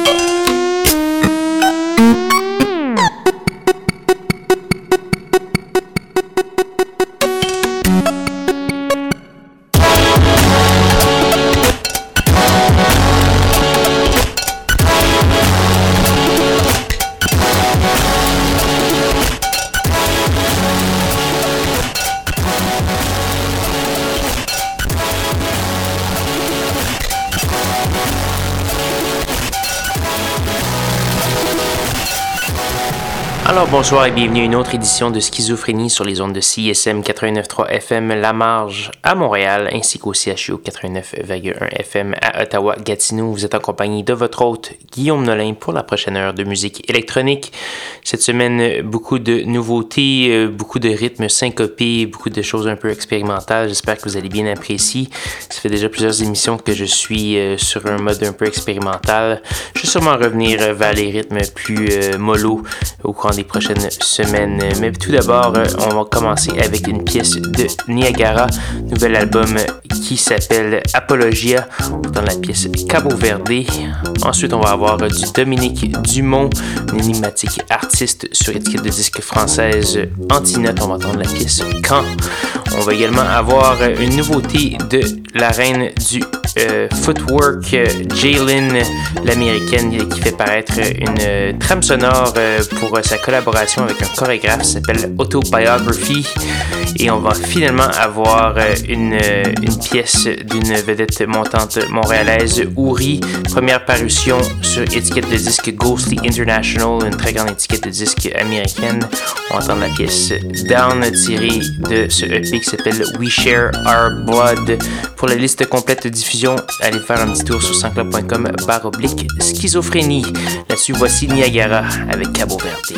Alors bonsoir et bienvenue à une autre édition de Schizophrénie sur les ondes de CISM 89.3 FM La Marge à Montréal ainsi qu'au CHU 89.1 FM à Ottawa-Gatineau. Vous êtes en compagnie de votre hôte Guillaume Nolin pour la prochaine heure de musique électronique. Cette semaine, beaucoup de nouveautés, beaucoup de rythmes syncopés, beaucoup de choses un peu expérimentales. J'espère que vous allez bien apprécier. Ça fait déjà plusieurs émissions que je suis sur un mode un peu expérimental. Je vais sûrement revenir vers les rythmes plus mollo au cours des prochaines semaines. Mais tout d'abord, on va commencer avec une pièce de Niagara, nouvel album qui s'appelle Apologia, dans la pièce Cabo Verde. Ensuite, on va avoir du Dominique Dumont, un énigmatique artiste sur étiquette de disque française Antinote. On va entendre la pièce Quand. On va également avoir une nouveauté de la reine du footwork, Jaylin, l'américaine, qui fait paraître une trame sonore pour sa collaboration avec un chorégraphe qui s'appelle Autobiography. Et on va finalement avoir une pièce d'une vedette montante montréalaise, Ouri, première parution sur étiquette de disque Ghostly International, une très grande étiquette de disque américaine. On entend la pièce Down tirée de ce EP qui s'appelle We Share Our Blood. Pour la liste complète de diffusion, allez faire un petit tour sur sanscloud.com/schizophrénie. Là-dessus, voici Niagara avec Cabo Verde.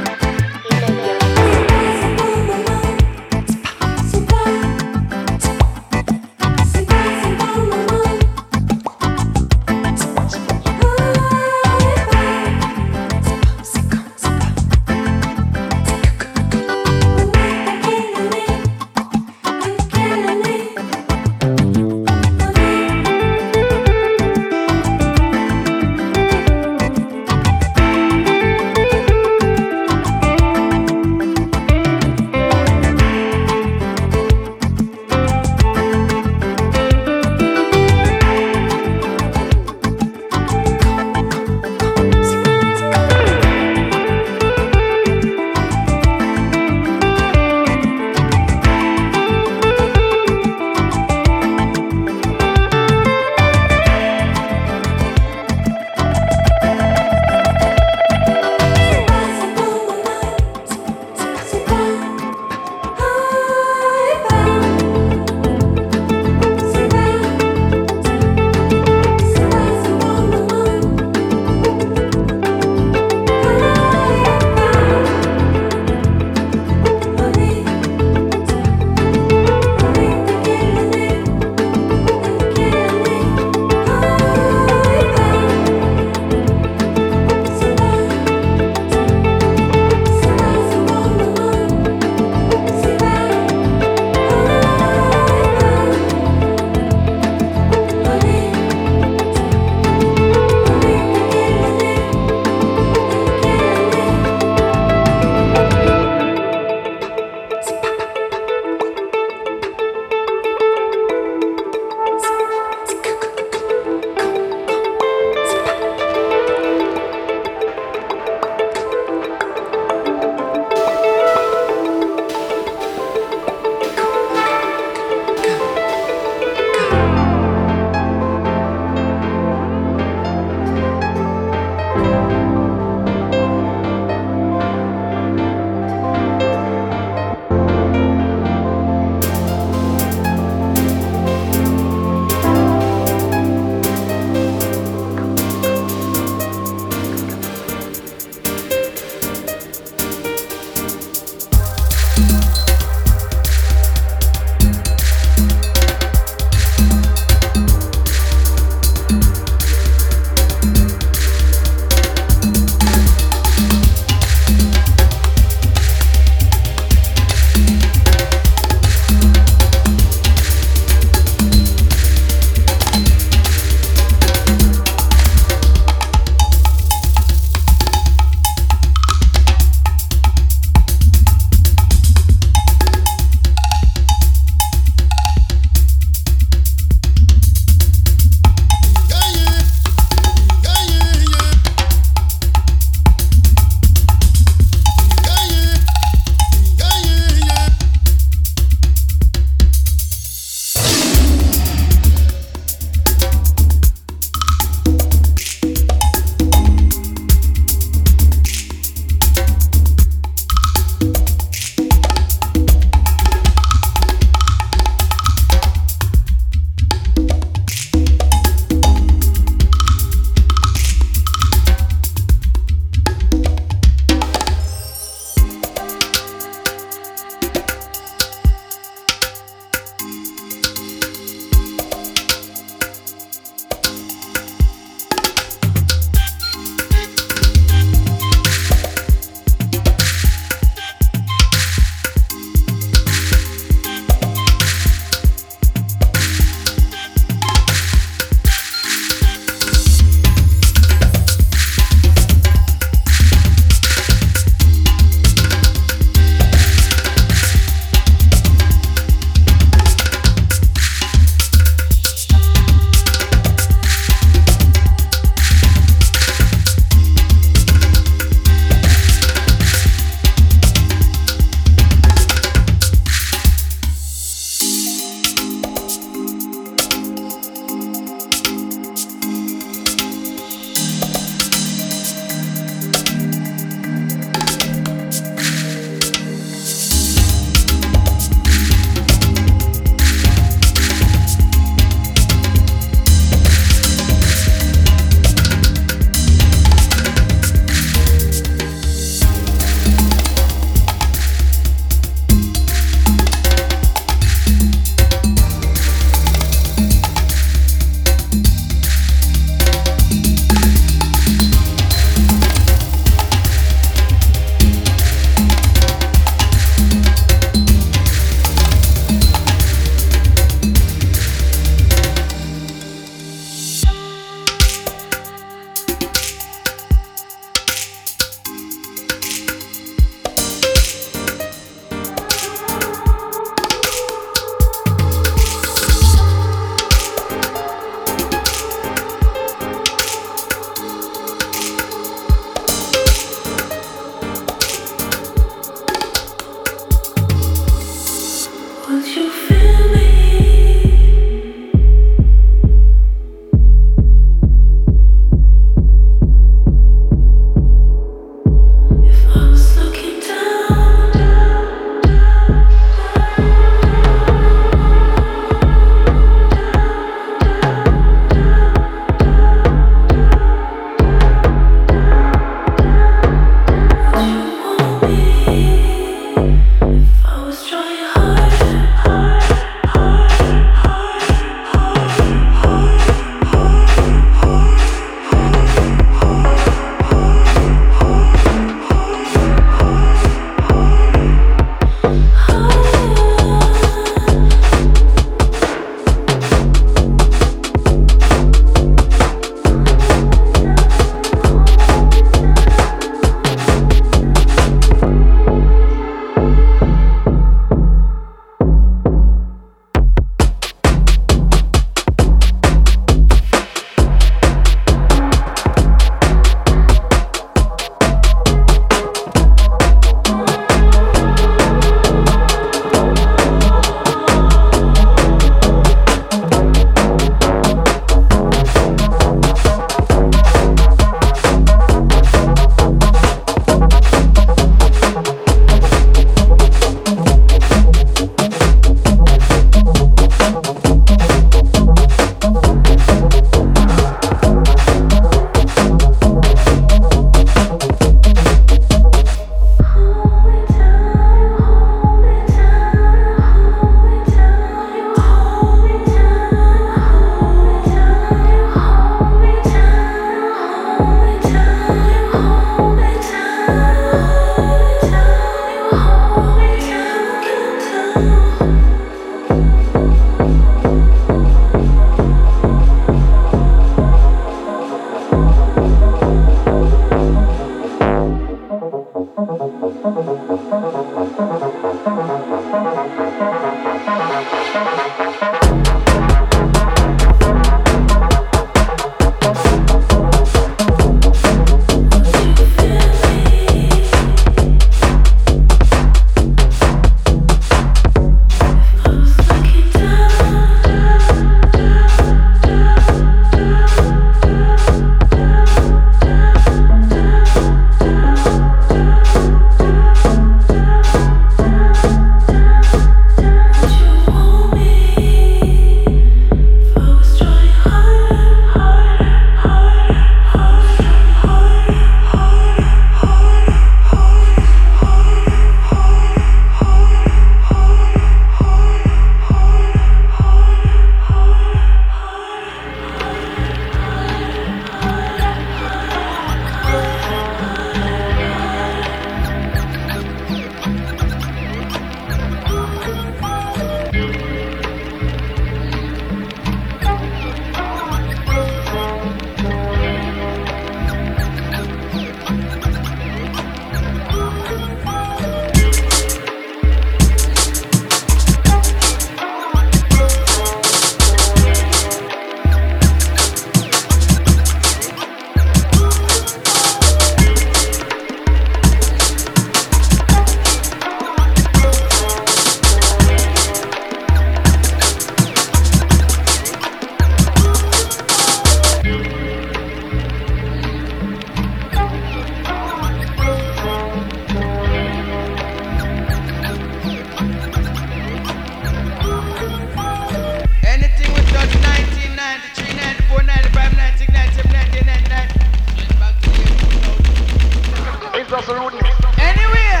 Just Rudy. Anyway.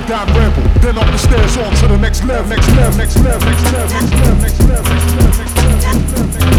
down rebel, then up the stairs on to the next level, next level, next level, next level, next level, next level, next level, next level, next level, next level.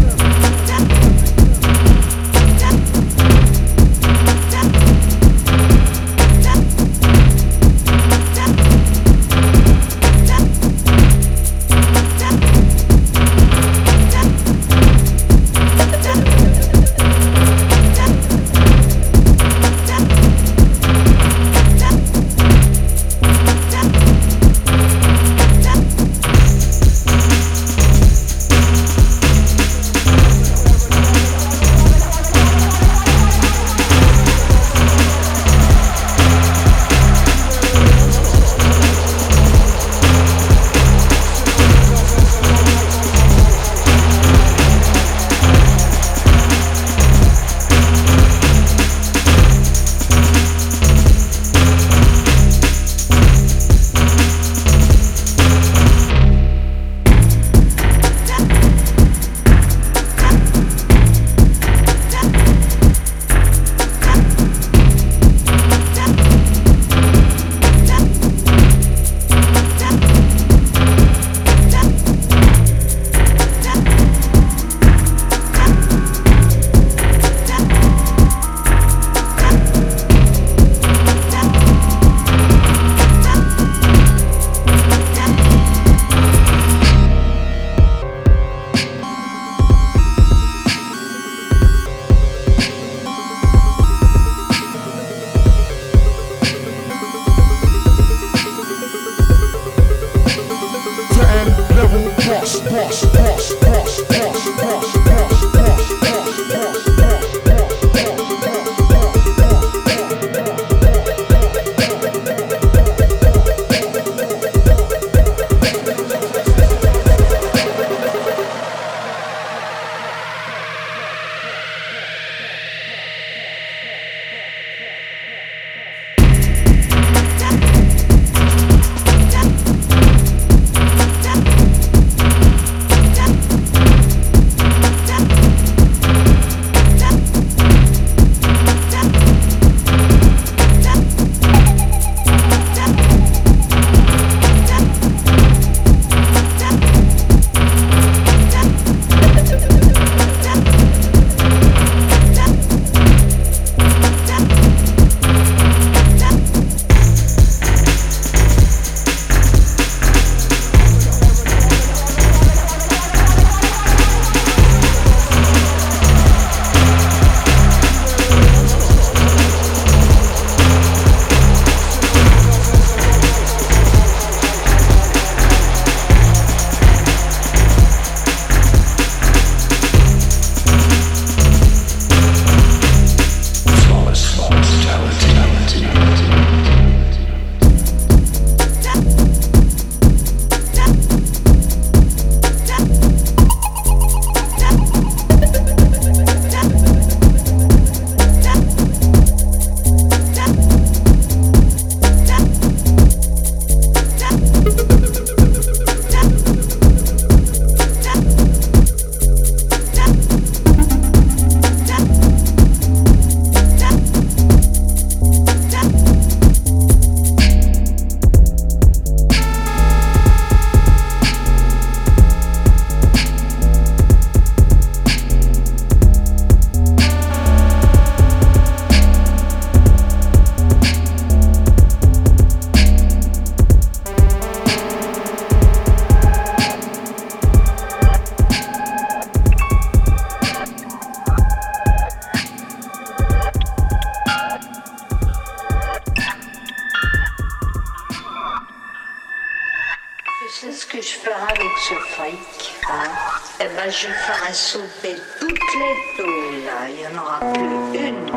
Je ferai sauter toutes les tôles, là. Il n'y en aura plus une.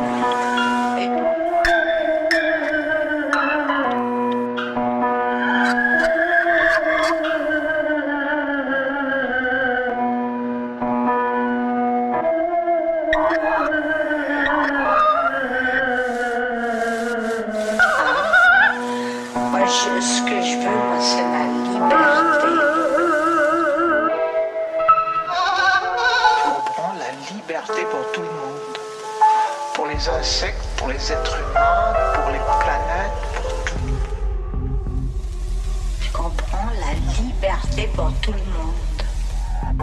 Ce que je veux, moi, c'est la liberté. La liberté pour tout le monde. Pour les insectes, pour les êtres humains, pour les planètes, pour tout. liberté pour tout le monde.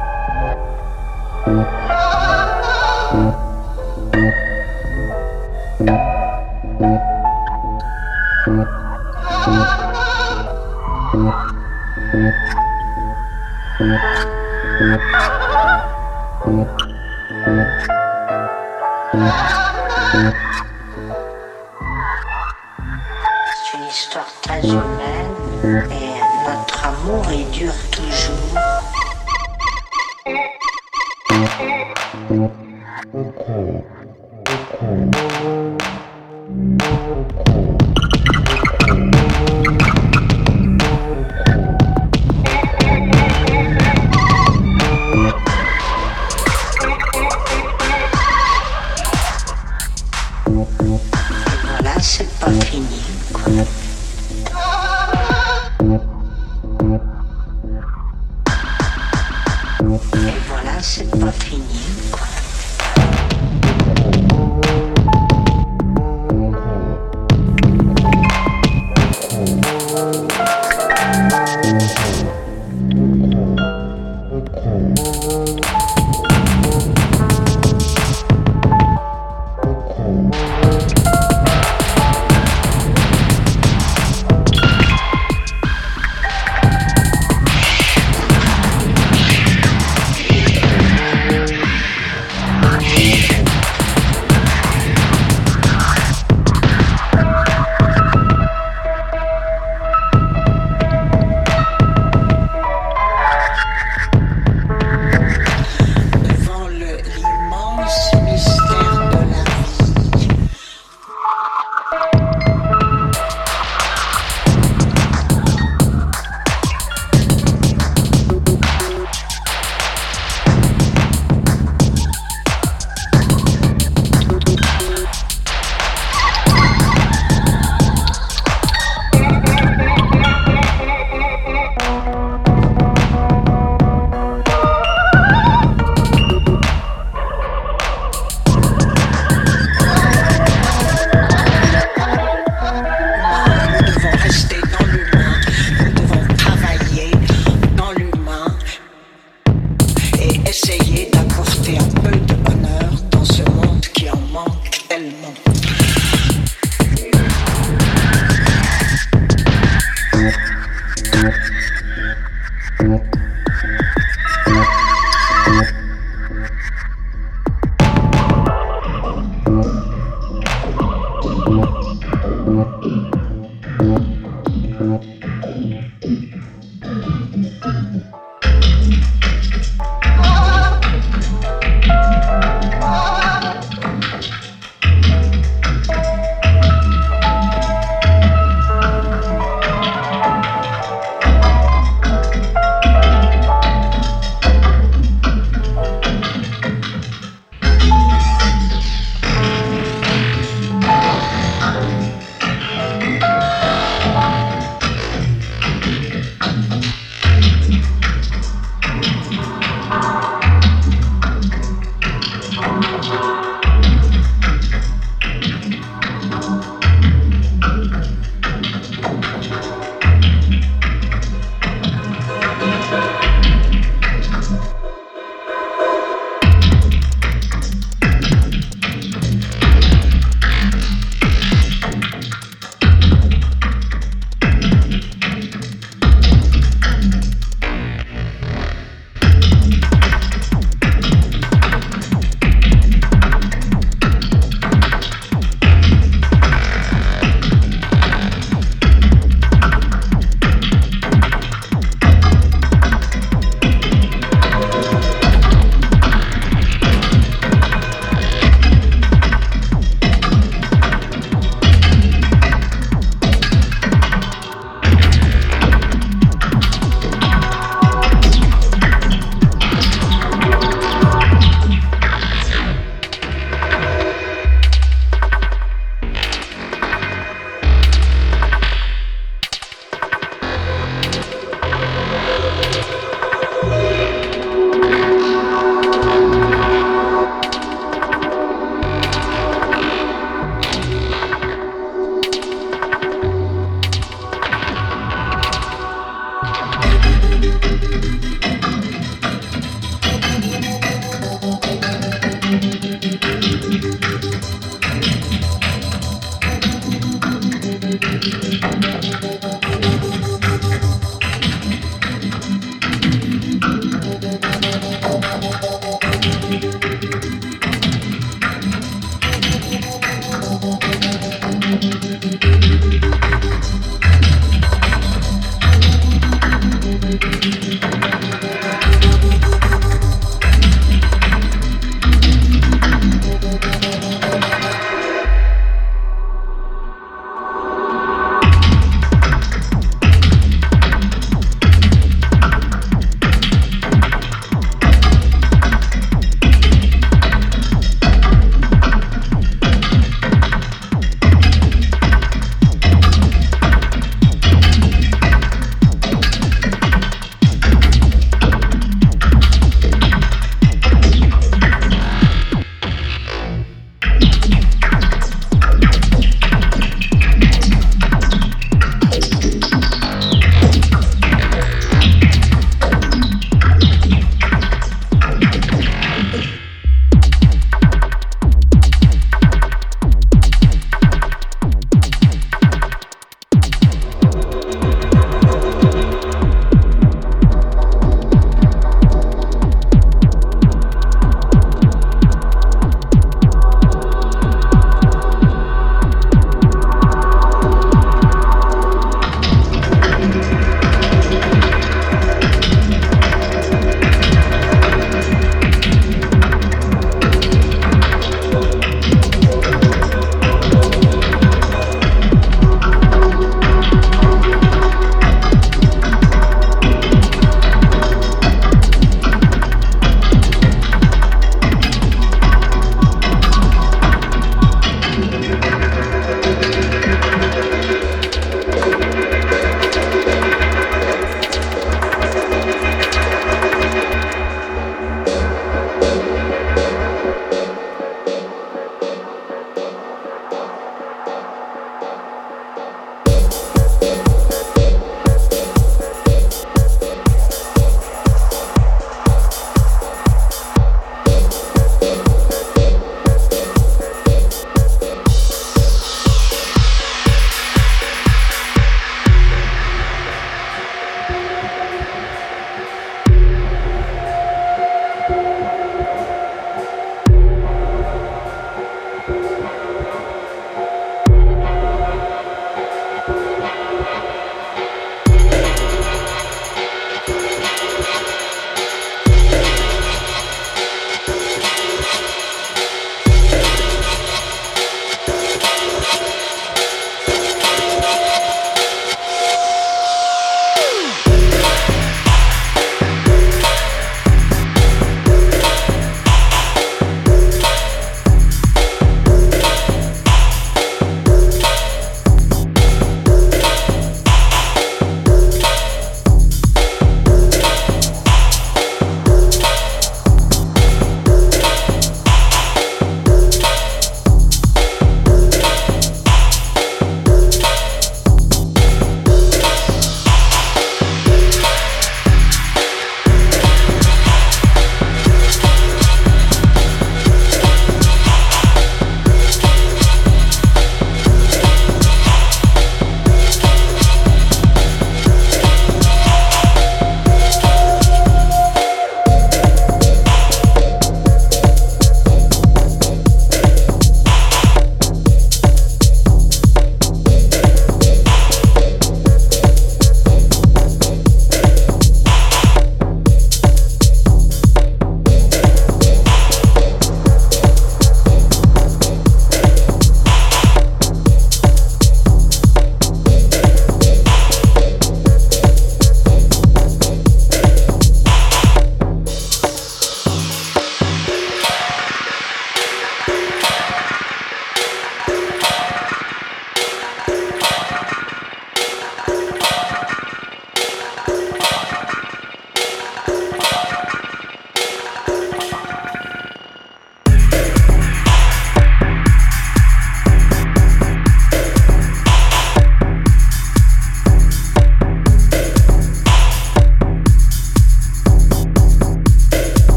C'est une histoire très humaine et notre amour il dure toujours. Voilà, c'est pas fini, quoi. Et voilà, c'est pas fini, quoi.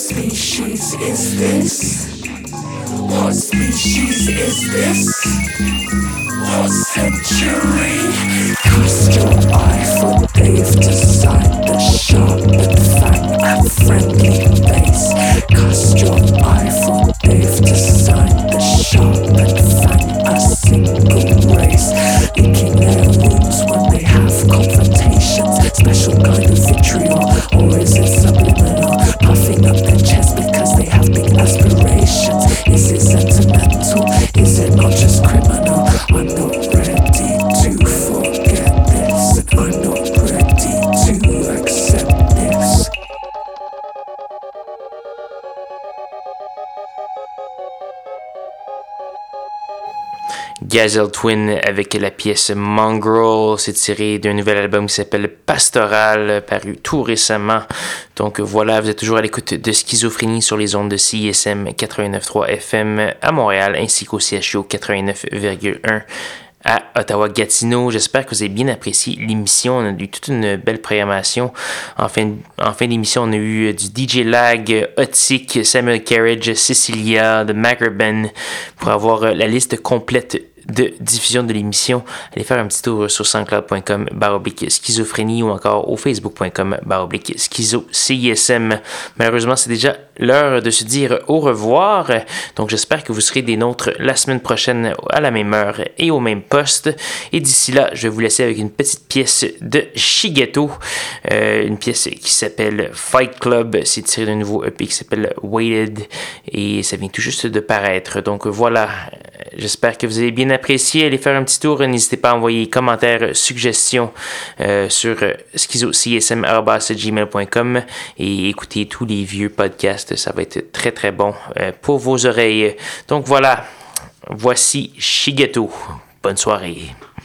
species is this? What species is this? What century? Cast your eye for Dave to sight the sharp and fang and friendly face. Cast your eye for Dave to sight the sharp and fang a single race. Licking their wounds when they have confrontations. Special kind of vitriol, or is it subliminal? Puffing up their chest because they have big aspirations. Is it sentimental? Is it not just criminal? I'm not ready to forget this. I'm not ready to accept this. Gazelle Twin avec la pièce Mongrel, c'est tiré d'un nouvel album qui s'appelle Pastoral, paru tout récemment. Donc voilà, vous êtes toujours à l'écoute de Schizophrénie sur les ondes de CISM 89.3 FM à Montréal, ainsi qu'au CHU 89.1 à Ottawa-Gatineau. J'espère que vous avez bien apprécié l'émission. On a eu toute une belle programmation. En fin d'émission, on a eu du DJ Lag, Otic, Samuel Carriage, Cecilia, The Mackerben. Pour avoir la liste complète de diffusion de l'émission, allez faire un petit tour sur soundcloud.com/schizophrénie ou encore au facebook.com/schizo-CISM. Malheureusement, c'est déjà l'heure de se dire au revoir. Donc, j'espère que vous serez des nôtres la semaine prochaine à la même heure et au même poste. Et d'ici là, je vais vous laisser avec une petite pièce de Shigeto, une pièce qui s'appelle Fight Club. C'est tiré d'un nouveau EP qui s'appelle Weighted et ça vient tout juste de paraître. Donc voilà, j'espère que vous avez bien apprécié. Allez faire un petit tour. N'hésitez pas à envoyer commentaires, suggestions sur schizo-csm@gmail.com et écoutez tous les vieux podcasts. Ça va être très très bon pour vos oreilles. Donc voilà, voici Shigeto. Bonne soirée.